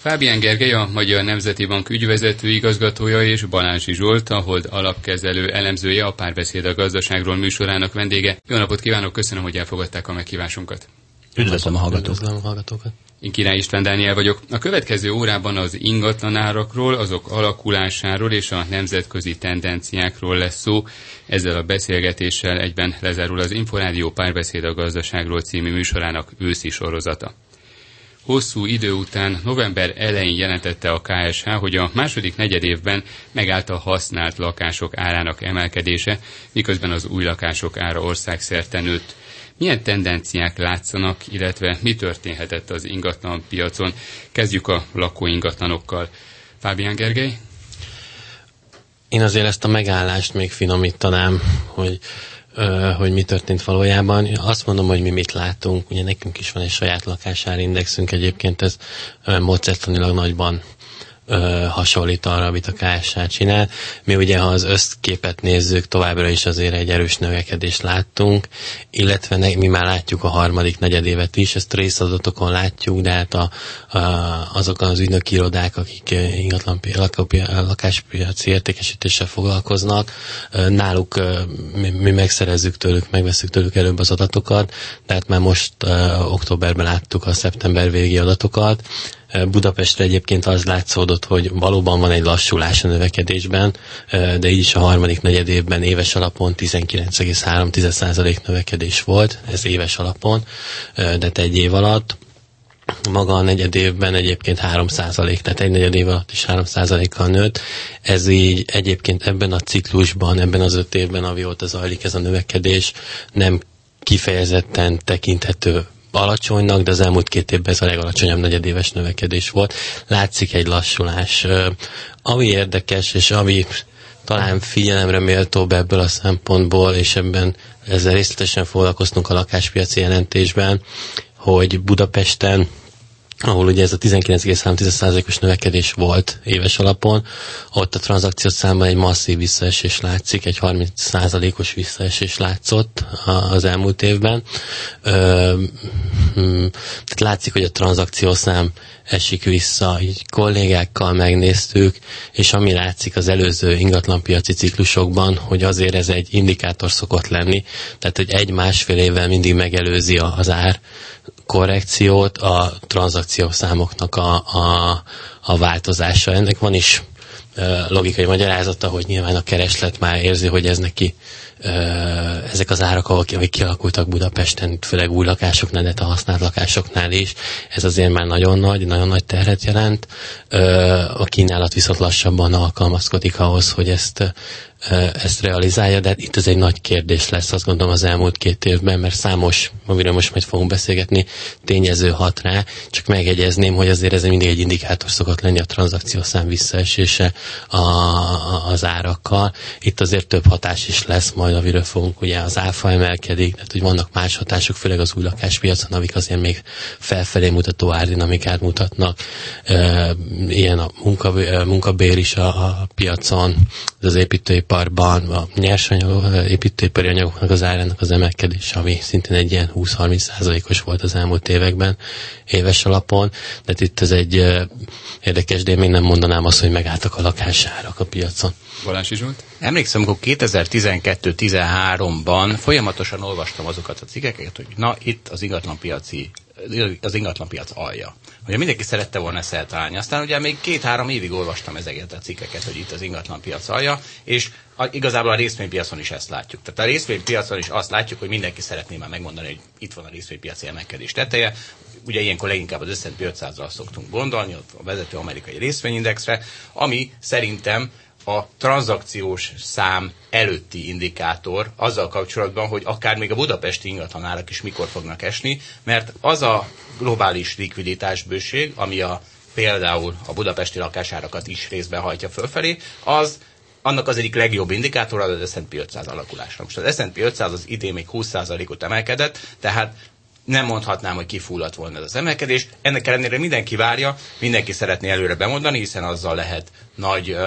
Fábián Gergely, a Magyar Nemzeti Bank ügyvezető igazgatója, és Balázsi Zsolt, a Hold alapkezelő elemzője, a Párbeszéd a gazdaságról műsorának vendége. Jó napot kívánok, köszönöm, hogy elfogadták a meghívásunkat. Üdvözlöm a hallgatókat. Én Király István Dániel vagyok. A következő órában az ingatlanárakról, azok alakulásáról és a nemzetközi tendenciákról lesz szó. Ezzel a beszélgetéssel egyben lezárul az Inforádió Párbeszéd a gazdaságról című műsorának őszi sorozata. Hosszú idő után november elején jelentette a KSH, hogy a második negyedévben megállt a használt lakások árának emelkedése, miközben az új lakások ára országszerte nőtt. Milyen tendenciák látszanak, illetve mi történhetett az ingatlan piacon? Kezdjük a lakóingatlanokkal. Fábián Gergely? Én azért ezt a megállást még finomítanám, hogy mi történt valójában. Azt mondom, hogy mi mit látunk. Ugye nekünk is van egy saját lakásárindexünk, egyébként ez módszertanilag nagyban hasonlít arra, amit a KSH csinál. Mi ugye, ha az összképet nézzük, továbbra is azért egy erős növekedést láttunk, illetve mi már látjuk a harmadik negyedévet is, ezt részadatokon látjuk, de hát azokon az ügynöki irodák, akik lakáspiaci értékesítéssel foglalkoznak, náluk mi megveszünk tőlük előbb az adatokat, de hát már most októberben láttuk a szeptember végi adatokat. Budapestre egyébként az látszódott, hogy valóban van egy lassulás a növekedésben, de így is a harmadik negyedévben éves alapon 19,3% növekedés volt, ez éves alapon, de egy év alatt. Maga a negyedévben egyébként 3%, tehát egy negyedév alatt is 3%-kal nőtt. Ez így egyébként ebben a ciklusban, ebben az 5 évben, amióta zajlik ez a növekedés, nem kifejezetten tekinthető alacsonynak, de az elmúlt 2 évben ez a legalacsonyabb negyedéves növekedés volt. Látszik egy lassulás. Ami érdekes, és ami talán figyelemre méltóbb ebből a szempontból, és ezzel részletesen foglalkoztunk a lakáspiaci jelentésben, hogy Budapesten, ahol ugye ez a 19,3%-os növekedés volt éves alapon, ott a tranzakciós számban egy masszív visszaesés látszik, egy 30%-os visszaesés látszott az elmúlt évben. Tehát látszik, hogy a tranzakciós szám esik vissza, így kollégákkal megnéztük, és ami látszik az előző ingatlanpiaci ciklusokban, hogy azért ez egy indikátor szokott lenni, tehát hogy 1-1,5 évvel mindig megelőzi az ár korrekciót a tranzakciós számoknak a változása. Ennek van is logikai magyarázata, hogy nyilván a kereslet már érzi, hogy ez neki ezek az árak, amik kialakultak Budapesten, főleg új lakásoknál, de a használt lakásoknál is, ez azért már nagyon nagy terhet jelent. A kínálat viszont lassabban alkalmazkodik ahhoz, hogy ezt realizálja, de itt ez egy nagy kérdés lesz, azt gondolom, az elmúlt 2 évben, mert számos, amiről most majd fogunk beszélgetni, tényező hat rá, csak megjegyezném, hogy azért ez mindig egy indikátor szokott lenni, a tranzakciós szám visszaesése az árakkal. Itt azért több hatás is lesz majd, amiről fogunk, ugye az áfa emelkedik, tehát hogy vannak más hatások, főleg az új lakáspiacon, amik azért még felfelé mutató árdinamikát mutatnak. Ilyen a munkabér is a piacon, az építőiparban, a nyersanyag, építőipari anyagoknak az árának az emelkedés, ami szintén egy ilyen 20-30%-os volt az elmúlt években, éves alapon, de itt ez egy érdekes, de én még nem mondanám azt, hogy megálltak a lakásárak a piacon. Balázsi Zsolt? Emlékszem, amikor 2012-13-ban folyamatosan olvastam azokat a cikkeket, hogy na, itt az ingatlanpiac alja. Ugye mindenki szerette volna ezt eltalálni. Aztán ugye még 2-3 évig olvastam ezeket a cikkeket, hogy itt az ingatlanpiac alja, és igazából a részvénypiacon is ezt látjuk. Tehát a részvénypiacon is azt látjuk, hogy mindenki szeretné már megmondani, hogy itt van a részvénypiaci emelkedés teteje. Ugye ilyenkor leginkább az S&P 500-ra szoktunk gondolni, a vezető amerikai részvényindexre, ami szerintem a tranzakciós szám előtti indikátor azzal kapcsolatban, hogy akár még a budapesti ingatlanárak is mikor fognak esni, mert az a globális likviditásbőség, ami például a budapesti lakásárakat is részben hajtja fölfelé, annak az egyik legjobb indikátor az S&P 500 alakulásra. Most az S&P 500 az idén még 20%-ot emelkedett, tehát nem mondhatnám, hogy kifulladt volna ez az emelkedés. Ennek ellenére mindenki várja, mindenki szeretné előre bemondani, hiszen azzal lehet nagy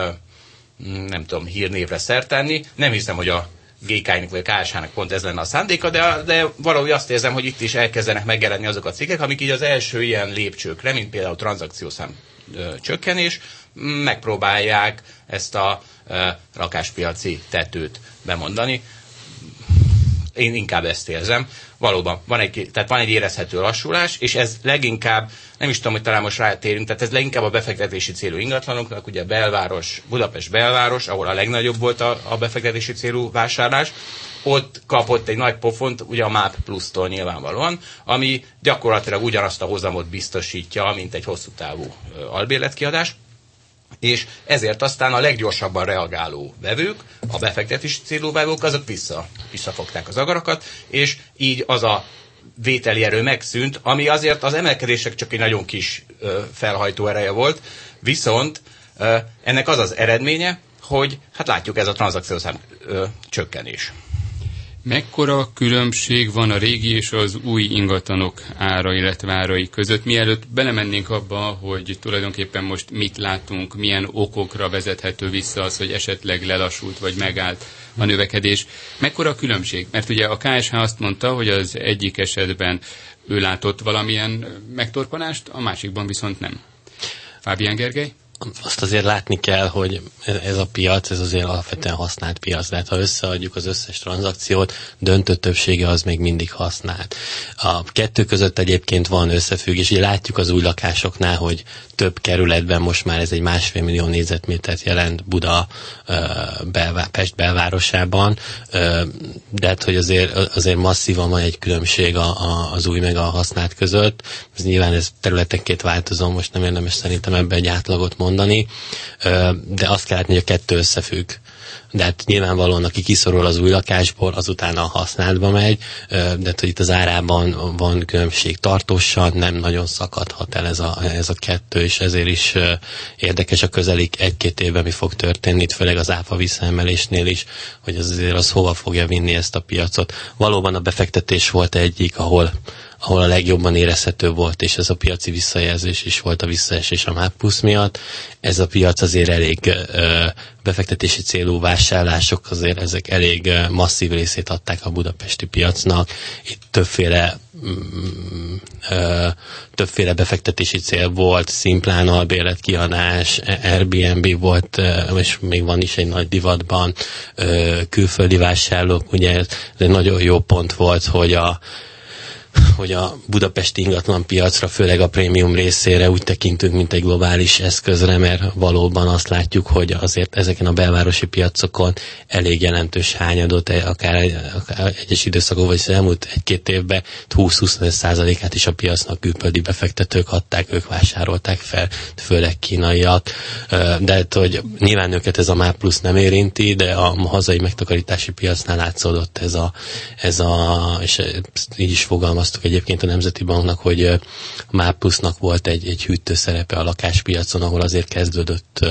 hírnévre szert tenni. Nem hiszem, hogy a GK-nek vagy a KSH-nek pont ez lenne a szándéka, de valahogy azt érzem, hogy itt is elkezdenek megjelenni azok a cikkek, amik így az első ilyen lépcsőkre, mint például tranzakciószám csökkenés, megpróbálják ezt a lakáspiaci tetőt bemondani. Én inkább ezt érzem. Valóban van egy érezhető lassulás, és ez leginkább, nem is tudom, hogy talán most rátérünk, tehát ez leginkább a befektetési célú ingatlanoknak, ugye Budapest belváros, ahol a legnagyobb volt a befektetési célú vásárlás, ott kapott egy nagy pofont, ugye a MÁP Plusztól nyilvánvalóan, ami gyakorlatilag ugyanazt a hozamot biztosítja, mint egy hosszú távú albérletkiadás, és ezért aztán a leggyorsabban reagáló vevők, a befektetési célú vevők, azok visszafogták az agarakat, és így az a vételi erő megszűnt, ami azért az emelkedések csak egy nagyon kis felhajtó ereje volt, viszont ennek az az eredménye, hogy hát látjuk, ez a tranzakciószám csökkenés. Mekkora különbség van a régi és az új ingatlanok ára, illetve árai között? Mielőtt belemennénk abba, hogy tulajdonképpen most mit látunk, milyen okokra vezethető vissza az, hogy esetleg lelassult vagy megállt a növekedés. Mekkora a különbség? Mert ugye a KSH azt mondta, hogy az egyik esetben ő látott valamilyen megtorpanást, a másikban viszont nem. Fábián Gergely? Azt azért látni kell, hogy ez a piac, ez azért alapvetően használt piac. Tehát ha összeadjuk az összes tranzakciót, döntő többsége az még mindig használt. A kettő között egyébként van összefüggés, és látjuk az új lakásoknál, hogy több kerületben most már ez egy 1,5 millió négyzetmétert jelent Pest belvárosában, de hát, hogy azért masszívan van egy különbség az új meg a használt között. Nyilván ez területenként változó, most nem érdemes szerintem ebben egy átlagot mondani, de azt kell látni, hogy a kettő összefügg. De hát nyilvánvalóan, aki kiszorul az új lakásból, azután a használtba megy, de hogy itt az árában van különbség tartósan, nem nagyon szakadhat el ez a kettő, és ezért is érdekes a közeli 1-2 évben mi fog történni, itt főleg az áfa visszaemelésnél is, hogy azért az hova fogja vinni ezt a piacot. Valóban a befektetés volt egyik, ahol a legjobban érezhető volt, és ez a piaci visszajelzés is volt, a visszaesés a MÁP Plusz miatt. Ez a piac azért elég befektetési célú vásárlások, azért ezek elég masszív részét adták a budapesti piacnak. Itt többféle befektetési cél volt, szimplán albérletkiadás, Airbnb volt, és még van is egy nagy divatban, külföldi vásárlók, ugye ez egy nagyon jó pont volt, hogy a budapesti ingatlan piacra, főleg a prémium részére úgy tekintünk, mint egy globális eszközre, mert valóban azt látjuk, hogy azért ezeken a belvárosi piacokon elég jelentős hányadot, akár egyes időszakok, vagy az elmúlt 1-2 évben 20-25%-át is a piacnak külföldi befektetők adták, ők vásárolták fel, főleg kínaiak. De hát, hogy nyilván őket ez a MÁP Plusz nem érinti, de a hazai megtakarítási piacnál látszódott ez a és így is fogalmaztuk egyébként a Nemzeti Banknak, hogy a MÁP Plusznak volt egy hűtő szerepe a lakáspiacon, ahol azért kezdődött,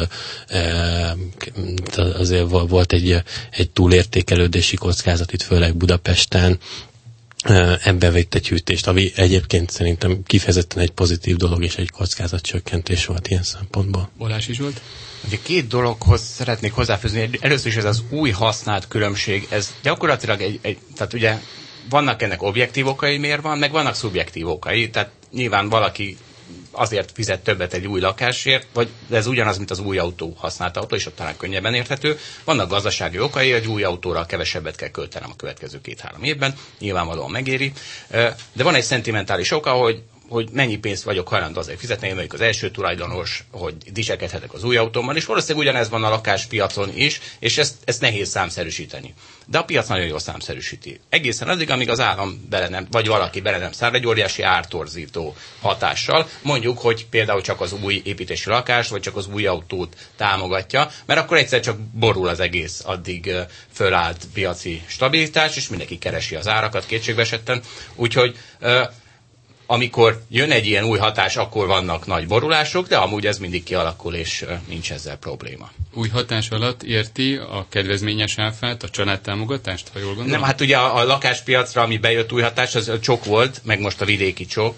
azért volt egy túlértékelődési kockázat itt, főleg Budapesten. Ebbe vett egy hűtést, ami egyébként szerintem kifejezetten egy pozitív dolog és egy kockázatcsökkentés volt ilyen szempontból. Balázs is volt? Ugye 2 dologhoz szeretnék hozzáfűzni. Először is ez az új használt különbség, ez gyakorlatilag tehát ugye vannak ennek objektív okai, miért van, meg vannak szubjektív okai, tehát nyilván valaki azért fizet többet egy új lakásért, vagy ez ugyanaz, mint az új autó, használt autó, és ott talán könnyebben érthető. Vannak gazdasági okai, egy új autóra kevesebbet kell költenem a következő 2-3 évben, nyilvánvalóan megéri, de van egy szentimentális oka, hogy mennyi pénzt vagyok hajlandó azért fizetni, én vagyok az első tulajdonos, hogy dicsekedhetek az új autómmal, és valószínűleg ugyanez van a lakáspiacon is, és ezt nehéz számszerűsíteni. De a piac nagyon jól számszerűsíti. Egészen addig, amíg az állam vagy valaki bele nem száll egy óriási ártorzító hatással, mondjuk, hogy például csak az új építési lakást, vagy csak az új autót támogatja, mert akkor egyszer csak borul az egész addig fölállt piaci stabilitás, és mindenki keresi az árakat kétségbeesetten. Úgyhogy amikor jön egy ilyen új hatás, akkor vannak nagy borulások, de amúgy ez mindig kialakul, és nincs ezzel probléma. Új hatás alatt érti a kedvezményes áfát, a családtámogatást, ha jól gondolom? Nem, hát ugye a lakáspiacra, ami bejött új hatás, az csok volt, meg most a vidéki csok.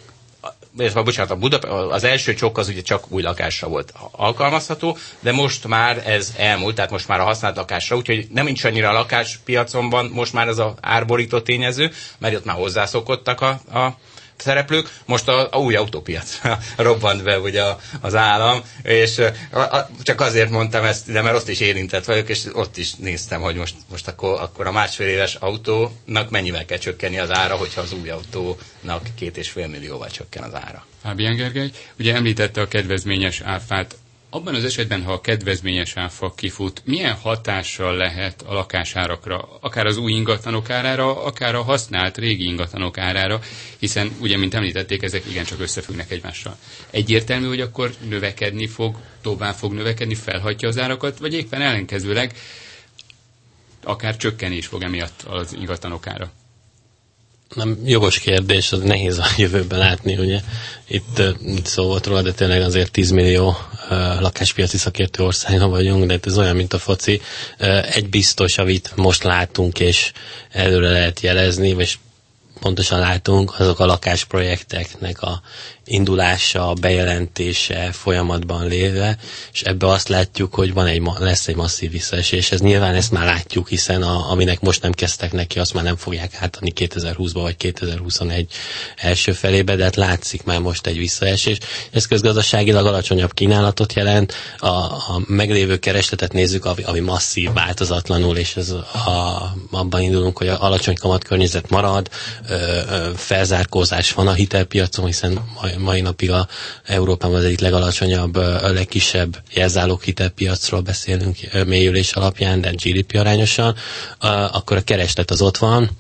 Az első csok az ugye csak új lakásra volt alkalmazható, de most már ez elmúlt, tehát most már a használt lakásra, úgyhogy nem nincs annyira a lakáspiacon van most már ez az árborító tényező, mert ott már hozzászokottak a szereplők, most a új autópiacra robbant be ugye az állam, és csak azért mondtam ezt, de mert ott is érintett vagyok, és ott is néztem, hogy most akkor a 1,5 éves autónak mennyivel kell csökkenni az ára, hogyha az új autónak 2,5 millióval csökken az ára. Fábián Gergely, ugye említette a kedvezményes áfát. Abban az esetben, ha a kedvezményes áfa kifut, milyen hatással lehet a lakásárakra, akár az új ingatlanok árára, akár a használt régi ingatlanok árára, hiszen ugye, mint említették, ezek igencsak összefüggnek egymással. Egyértelmű, hogy akkor növekedni fog, tovább fog növekedni, felhagyja az árakat, vagy éppen ellenkezőleg akár csökkenni is fog emiatt az ingatlanok ára. Nem, jogos kérdés, az nehéz a jövőben látni, ugye. Itt szó volt róla, de tényleg azért 10 millió lakáspiaci szakértő országban vagyunk, de ez olyan, mint a foci. Egy biztos, amit most látunk, és előre lehet jelezni, és pontosan látunk, azok a lakásprojekteknek a indulása, a bejelentése folyamatban léve, és ebbe azt látjuk, hogy lesz egy masszív visszaesés. Nyilván ezt már látjuk, hiszen aminek most nem kezdtek neki, azt már nem fogják átadni 2020-ba vagy 2021 első felébe, de hát látszik már most egy visszaesés. Ez közgazdaságilag alacsonyabb kínálatot jelent, a meglévő keresletet nézzük, ami masszív, változatlanul, és abban indulunk, hogy alacsony kamatkörnyezet marad, felzárkózás van a hitelpiacon, hiszen mai napig Európában az egyik legalacsonyabb, legkisebb jelzálók hitelpiacról beszélünk mélyülés alapján, de GDP arányosan, akkor a kereslet az ott van,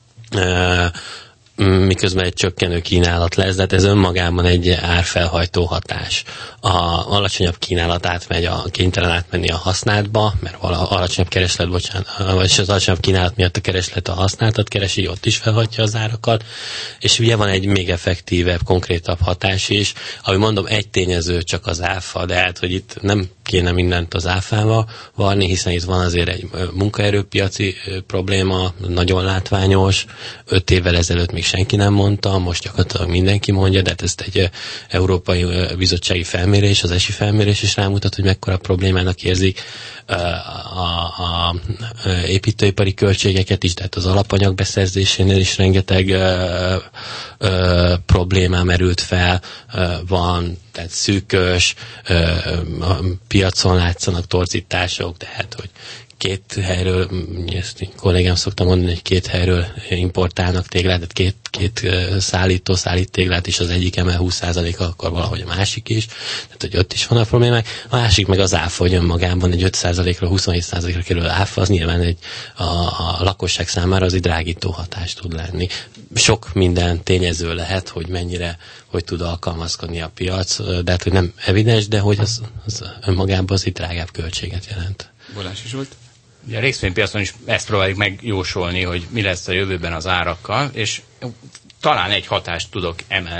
miközben egy csökkenő kínálat lesz, de ez önmagában egy árfelhajtó hatás. A alacsonyabb kínálat kénytelen átmenni a használtba, mert alacsonyabb kereslet, vagy az alacsonyabb kínálat miatt a kereslet a használtat keresi, ott is felhajtja az árakat, és ugye van egy még effektívebb, konkrétabb hatás is, ami mondom, egy tényező csak az áfa, de hát, hogy itt nem kéne mindent az áfával varni, hiszen itt van azért egy munkaerőpiaci probléma, nagyon látványos, 5 évvel ezelőtt még senki nem mondta, most gyakorlatilag mindenki mondja, de ezt egy Európai Bizottsági felmérés, az ESI felmérés is rámutat, hogy mekkora problémának érzik a építőipari költségeket is, tehát az alapanyag beszerzésénél is rengeteg problémá merült fel, van, tehát szűkös, a piacon látszanak torzítások, tehát hogy két helyről, ezt kollégám szoktam mondani, hogy 2 helyről importálnak téglát, tehát két szállító szállít téglát, és az egyik emel 20%-a, akkor valahogy a másik is, tehát hogy ott is van a problémák. A másik meg az áfa, hogy önmagában egy 5%-ra, 27%-ra kerül áfa, az nyilván a lakosság számára az egy drágító hatás tud lenni. Sok minden tényező lehet, hogy mennyire, hogy tud alkalmazkodni a piac, de hát, hogy nem evidens, de hogy az önmagában az egy drágább költséget jelent. Balázs is volt? Ugye a részvénypiacon is ezt próbáljuk megjósolni, hogy mi lesz a jövőben az árakkal, és talán egy hatást tudok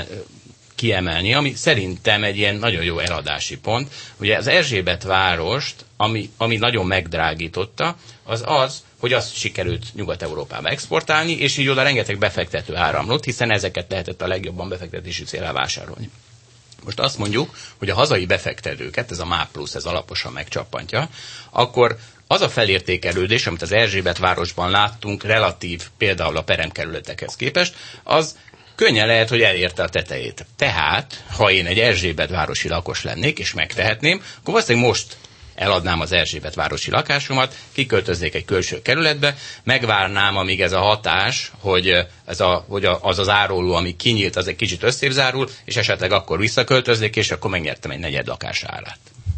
kiemelni, ami szerintem egy ilyen nagyon jó eladási pont. Ugye az Erzsébet várost, ami nagyon megdrágította, az, hogy azt sikerült Nyugat-Európába exportálni, és így oda rengeteg befektető áramlott, hiszen ezeket lehetett a legjobban befektetési célra vásárolni. Most azt mondjuk, hogy a hazai befektetőket, ez a MÁ plusz, ez alaposan megcsappantja, akkor az a felértékelődés, amit az Erzsébet városban láttunk, relatív például a peremkerületekhez képest, az könnyen lehet, hogy elérte a tetejét. Tehát, ha én egy Erzsébet városi lakos lennék, és megtehetném, akkor valószínűleg most eladnám az Erzsébet városi lakásomat, kiköltöznék egy külső kerületbe, megvárnám, amíg ez a hatás, hogy az áróló, ami kinyílt, az egy kicsit összébb zárul, és esetleg akkor visszaköltöznék, és akkor megnyertem egy negyed lakás árát.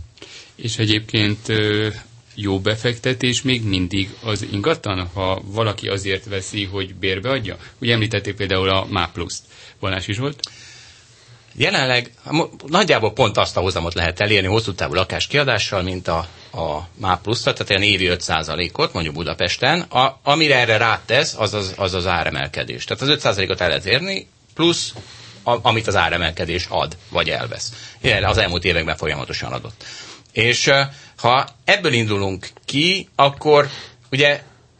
És egyébként jó befektetés még mindig az ingatlan, ha valaki azért veszi, hogy bérbe adja? Ugye említették például a MÁ pluszt. Balázs is volt? Jelenleg nagyjából pont azt a hozamot lehet elérni hosszú távú lakáskiadással, mint a MÁ pluszat, tehát ilyen évi 5%-ot, mondjuk Budapesten, amire erre rátesz, az áremelkedés. Tehát az 5%-ot el lehet érni, plusz amit az áremelkedés ad, vagy elvesz. Az elmúlt években folyamatosan adott. És ha ebből indulunk ki, akkor ugye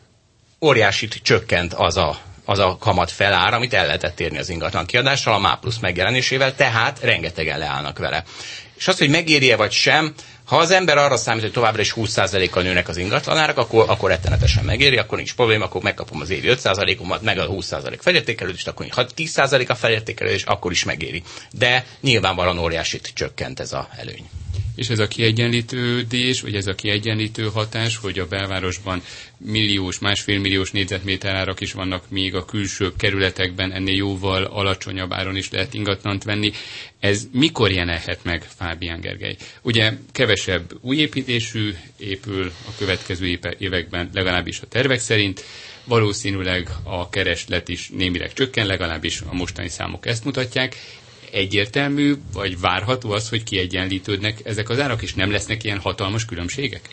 óriásit csökkent az a kamat felár, amit el lehetett érni az ingatlan kiadással, a MÁ plusz megjelenésével, tehát rengetegen leállnak vele. És az, hogy megéri-e vagy sem, Ha az ember arra számít, hogy továbbra is 20%-kal nőnek az ingatlanárak, akkor rettenetesen megéri, akkor nincs probléma, akkor megkapom az évi 5%-omat, meg a 20% felértékelődést, akkor ha 10% a felértékelődés, akkor is megéri. De nyilvánvalóan óriásit csökkent ez az előny. És ez a kiegyenlítődés, vagy ez a kiegyenlítő hatás, hogy a belvárosban milliós, másfél milliós négyzetméter árak is vannak, még a külső kerületekben ennél jóval alacsonyabb áron is lehet ingatlant venni. Ez mikor jelenhet meg, Fábián Gergely? Ugye kevesebb új építésű épül a következő években, legalábbis a tervek szerint. Valószínűleg a kereslet is némileg csökken, legalábbis a mostani számok ezt mutatják. Egyértelmű, vagy várható az, hogy kiegyenlítődnek ezek az árak, és nem lesznek ilyen hatalmas különbségek?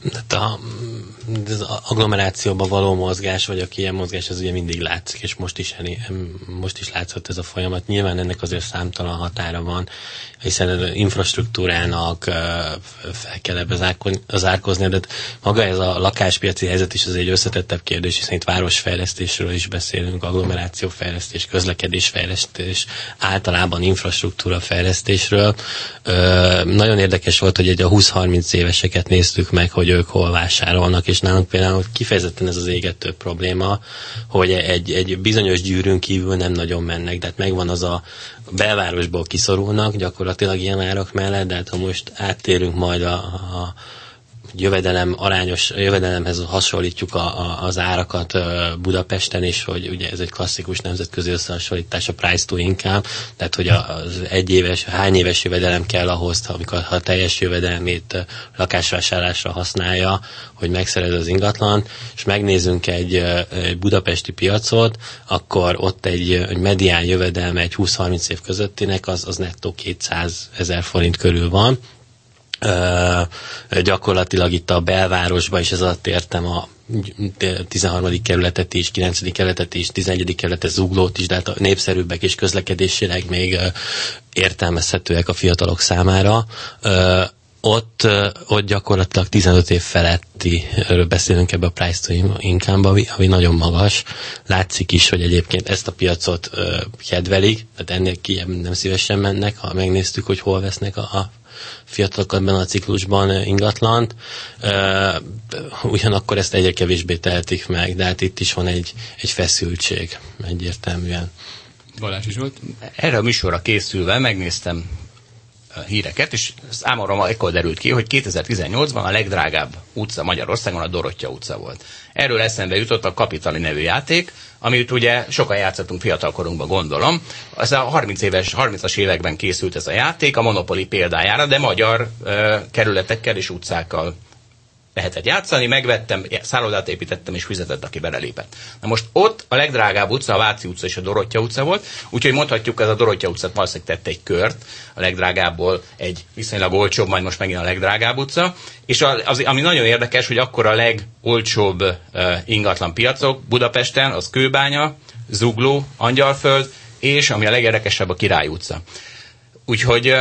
Az agglomerációban való mozgás, vagy a ilyen mozgás, az ugye mindig látszik, és most is látszott ez a folyamat. Nyilván ennek azért számtalan határa van, hiszen az infrastruktúrának fel kell ebbe zárkózni, de maga ez a lakáspiaci helyzet is az egy összetettebb kérdés, hiszen itt városfejlesztésről is beszélünk, agglomerációfejlesztés, közlekedésfejlesztés, általában infrastruktúra fejlesztésről. Nagyon érdekes volt, hogy a 20-30 éveseket néztük meg, hogy ők hol vásárolnak, és nálunk például kifejezetten ez az égető probléma, hogy egy bizonyos gyűrűn kívül nem nagyon mennek, de hát megvan az a belvárosból kiszorulnak gyakorlatilag ilyen árak mellett, de hát ha most áttérünk majd a jövedelemhez hasonlítjuk az árakat Budapesten is, hogy ugye ez egy klasszikus nemzetközi összehasonlítás, a price to income, tehát hogy az hány éves jövedelem kell ahhoz, amikor a teljes jövedelmét lakásvásárlásra használja, hogy megszerez az ingatlan, és megnézzünk egy budapesti piacot, akkor ott egy medián jövedelme egy 20-30 év közöttinek az nettó 200 000 forint körül van. Gyakorlatilag itt a belvárosban, és ez alatt értem a 13. kerületet is, 9. kerületet is, 11. kerületet, Zuglót is, de hát a népszerűbbek és közlekedésileg még értelmezhetőek a fiatalok számára. Ott gyakorlatilag 15 év feletti beszélünk ebbe a price to income-ba, ami nagyon magas. Látszik is, hogy egyébként ezt a piacot kedvelik, tehát ennél kijebb nem szívesen mennek, ha megnéztük, hogy hol vesznek a fiatalok ebben a ciklusban ingatlant. Ugyanakkor ezt egyre kevésbé tehetik meg, de hát itt is van egy feszültség egyértelműen. Balázs is volt? Erre a műsorra készülve megnéztem híreket, és számomra ekkor derült ki, hogy 2018-ban a legdrágább utca Magyarországon a Dorottya utca volt. Erről eszembe jutott a Kapitali nevű játék, amit ugye sokan játszottunk fiatalkorunkban, gondolom. Az a 30-as években készült ez a játék, a Monopoly példájára, de magyar kerületekkel és utcákkal lehetett játszani, megvettem, szállodát építettem, és fizetett, aki belelépett. Na most ott a legdrágább utca, a Váci utca és a Dorottya utca volt, úgyhogy mondhatjuk, ez a Dorottya utcát valószínűleg tette egy kört, a legdrágábbból egy viszonylag olcsóbb, majd most megint a legdrágább utca, és ami nagyon érdekes, hogy akkor a legolcsóbb ingatlan piacok Budapesten, az Kőbánya, Zugló, Angyalföld, és ami a legérdekesebb, a Király utca. Úgyhogy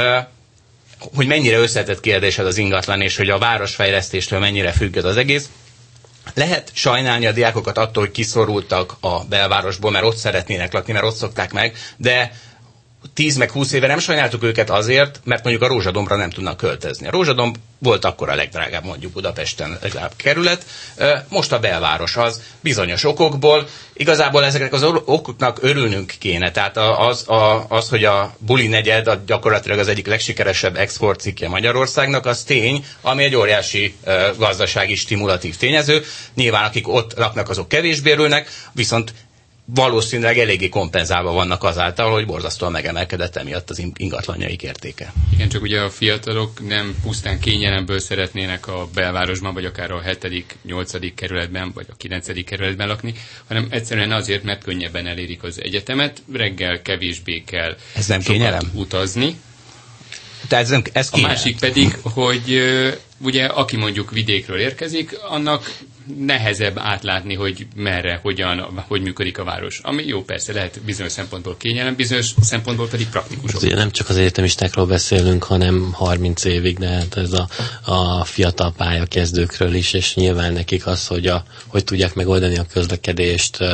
hogy mennyire összetett kérdés ez az ingatlan, és hogy a városfejlesztéstől mennyire függ ez az egész. Lehet sajnálni a diákokat attól, hogy kiszorultak a belvárosból, mert ott szeretnének lakni, mert ott szokták meg, de 10 meg 20 éve nem sajnáltuk őket azért, mert mondjuk a Rózsadombra nem tudnak költözni. A Rózsadomb volt akkor a legdrágább, mondjuk Budapesten legdrágább kerület, most a belváros az bizonyos okokból. Igazából ezeknek az okoknak örülnünk kéne. Tehát az, hogy a Buli negyed gyakorlatilag az egyik legsikeresebb exportcikkje Magyarországnak, az tény, ami egy óriási gazdasági stimulatív tényező. Nyilván akik ott laknak, azok kevésbé örülnek, viszont valószínűleg eléggé kompenzálva vannak azáltal, hogy borzasztóan megemelkedett emiatt az ingatlanjaik értéke. Igen, csak ugye a fiatalok nem pusztán kényelemből szeretnének a belvárosban, vagy akár a 7., 8. kerületben, vagy a 9. kerületben lakni, hanem egyszerűen azért, mert könnyebben elérik az egyetemet, reggel kevésbé kell ez nem kényelem? Utazni. Tehát ez a másik pedig, hogy ugye aki mondjuk vidékről érkezik, annak nehezebb átlátni, hogy merre, hogyan, hogy működik a város. Ami jó, persze lehet bizonyos szempontból kényelem, bizonyos szempontból pedig praktikus. Ugye nem csak az egyetemistákról beszélünk, hanem 30 évig, de hát ez a fiatal pályakezdőkről is, és nyilván nekik az, hogy hogy tudják megoldani a közlekedést,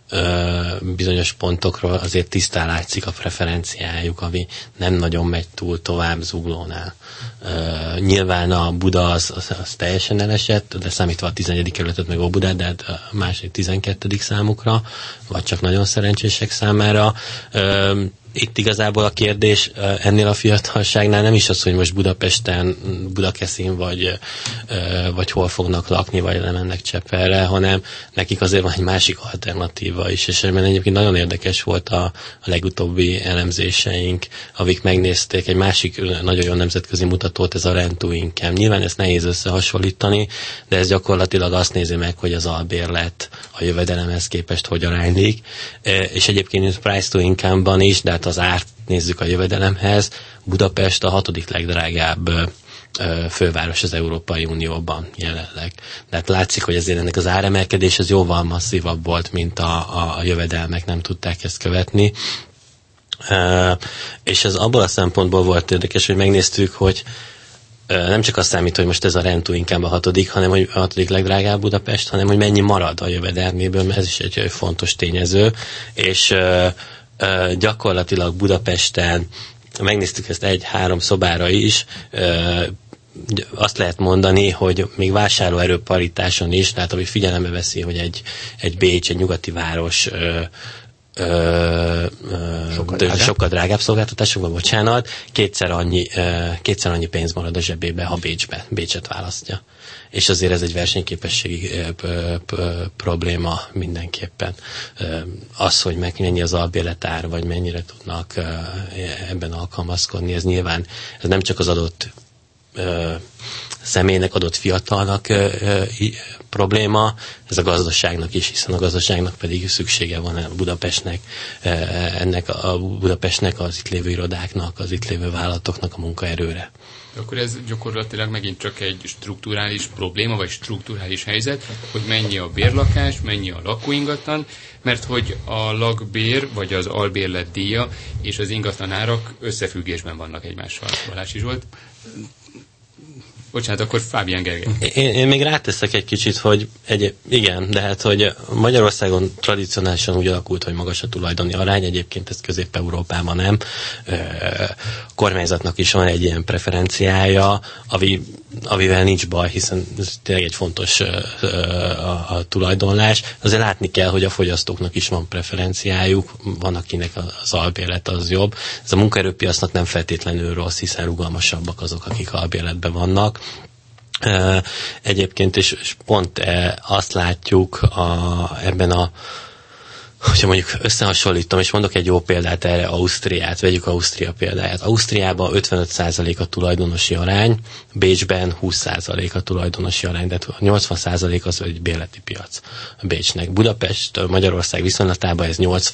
bizonyos pontokról azért tisztán látszik a preferenciájuk, ami nem nagyon megy túl tovább Zuglónál. Nyilván a Buda az teljesen elesett, de számítva a 11. kerületet meg Óbudát, de hát a másik 12. számukra, vagy csak nagyon szerencsések számára. Itt igazából a kérdés ennél a fiatalságnál nem is az, hogy most Budapesten, Budakeszin vagy hol fognak lakni, vagy lemennek Csepelre, hanem nekik azért van egy másik alternatíva is, és ebben egyébként nagyon érdekes volt a legutóbbi elemzéseink, akik megnézték egy másik nagyon jó nemzetközi mutatót, ez a rent to income. Nyilván ezt nehéz összehasonlítani, de ez gyakorlatilag azt nézi meg, hogy az albérlet a jövedelemhez képest hogy aránylik, és egyébként price to income-ban is, de hát az árt nézzük a jövedelemhez, Budapest a 6. legdrágább főváros az Európai Unióban jelenleg. De hát látszik, hogy azért ennek az áremelkedés az jóval masszívabb volt, mint a jövedelmek, nem tudták ezt követni. És ez abból a szempontból volt érdekes, hogy megnéztük, hogy nem csak azt számít, hogy most ez a rent to income a 6., hanem hogy a 6. legdrágább Budapest, hanem hogy mennyi marad a jövedelméből, mert ez is egy fontos tényező, és gyakorlatilag Budapesten megnéztük ezt 1-3 szobára is, azt lehet mondani, hogy még vásárlóerő paritáson is, tehát ami figyelembe veszi, hogy egy Bécs, egy nyugati város sokkal drágább szolgáltatásokban, bocsánat, kétszer annyi pénz marad a zsebébe, ha Bécset választja. És azért ez egy versenyképességi probléma mindenképpen. Az, hogy mennyi az albérletár, vagy mennyire tudnak ebben alkalmazkodni, ez nyilván ez nem csak az adott személynek, adott fiatalnak probléma, ez a gazdaságnak is, hiszen a gazdaságnak pedig szüksége van a Budapestnek, Budapestnek, az itt lévő irodáknak, az itt lévő vállalatoknak a munkaerőre. Akkor ez gyakorlatilag megint csak egy strukturális probléma, vagy strukturális helyzet, hogy mennyi a bérlakás, mennyi a lakóingatlan, mert hogy a lakbér, vagy az albérlet díja és az ingatlanárak összefüggésben vannak egymással. Balási Zsolt? Bocsánat, akkor Fábián Gergely. Én még ráteszek egy kicsit, hogy igen, de hát, hogy Magyarországon tradicionálisan úgy alakult, hogy magas a tulajdoni arány, egyébként ez Közép-Európában nem. A kormányzatnak is van egy ilyen preferenciája, amivel nincs baj, hiszen ez tényleg egy fontos a tulajdonlás. Azért látni kell, hogy a fogyasztóknak is van preferenciájuk, van akinek az albérlet az jobb. Ez a munkaerőpiacnak nem feltétlenül rossz, hiszen rugalmasabbak azok, akik albérletben vannak. Egyébként és pont azt látjuk ebben hogyha mondjuk összehasonlítom, és mondok egy jó példát erre, Ausztriát, vegyük Ausztria példáját. Ausztriában 55% a tulajdonosi arány, Bécsben 20% a tulajdonosi arány, de 80% az egy bérleti piac Bécsnek. Budapest, Magyarország viszonylatában ez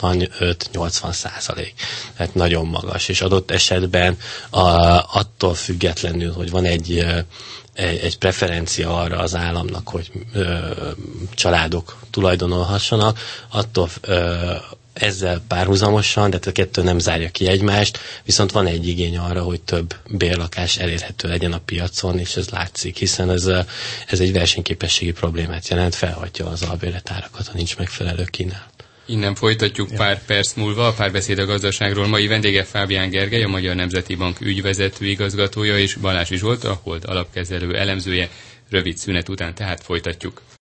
85-80%. Tehát nagyon magas, és adott esetben attól függetlenül, hogy van egy preferencia arra az államnak, hogy családok tulajdonolhassanak, attól ezzel párhuzamosan, de a kettő nem zárja ki egymást, viszont van egy igény arra, hogy több bérlakás elérhető legyen a piacon, és ez látszik, hiszen ez egy versenyképességi problémát jelent, felhagyja az albérletárakat, ha nincs megfelelő kínálat. Innen folytatjuk pár perc múlva a Párbeszéd a gazdaságról. Mai vendége Fábián Gergely, a Magyar Nemzeti Bank ügyvezető igazgatója, és Balási Zsolt, a Hold alapkezelő elemzője. Rövid szünet után tehát folytatjuk.